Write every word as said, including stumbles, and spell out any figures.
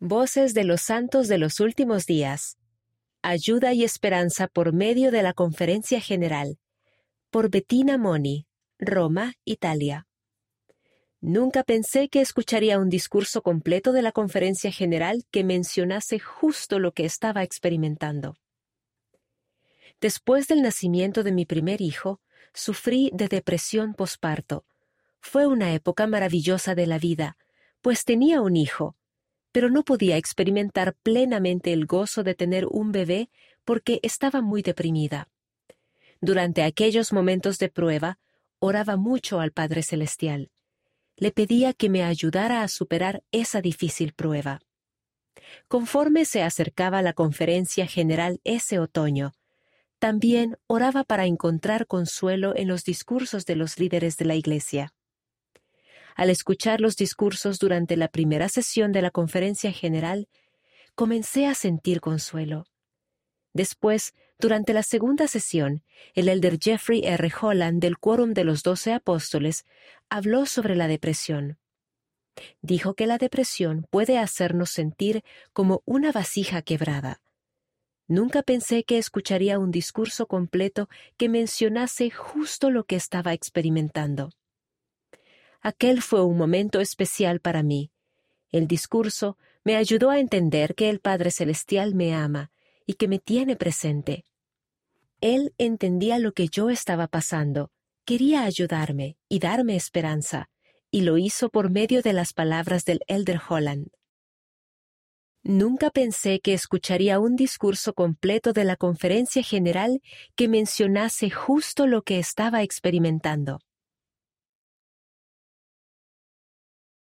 Voces de los Santos de los Últimos Días. Ayuda y esperanza por medio de la Conferencia General. Por Bettina Moni, Roma, Italia. Nunca pensé que escucharía un discurso completo de la Conferencia General que mencionase justo lo que estaba experimentando. Después del nacimiento de mi primer hijo, sufrí de depresión posparto. Fue una época maravillosa de la vida, pues tenía un hijo, pero no podía experimentar plenamente el gozo de tener un bebé porque estaba muy deprimida. Durante aquellos momentos de prueba, oraba mucho al Padre Celestial. Le pedía que me ayudara a superar esa difícil prueba. Conforme se acercaba la conferencia general ese otoño, también oraba para encontrar consuelo en los discursos de los líderes de la Iglesia. Al escuchar los discursos durante la primera sesión de la conferencia general, comencé a sentir consuelo. Después, durante la segunda sesión, el elder Jeffrey R. Holland del Quórum de los Doce Apóstoles habló sobre la depresión. Dijo que la depresión puede hacernos sentir como una vasija quebrada. Nunca pensé que escucharía un discurso completo que mencionase justo lo que estaba experimentando. Aquel fue un momento especial para mí. El discurso me ayudó a entender que el Padre Celestial me ama y que me tiene presente. Él entendía lo que yo estaba pasando, quería ayudarme y darme esperanza, y lo hizo por medio de las palabras del elder Holland. Nunca pensé que escucharía un discurso completo de la conferencia general que mencionase justo lo que estaba experimentando.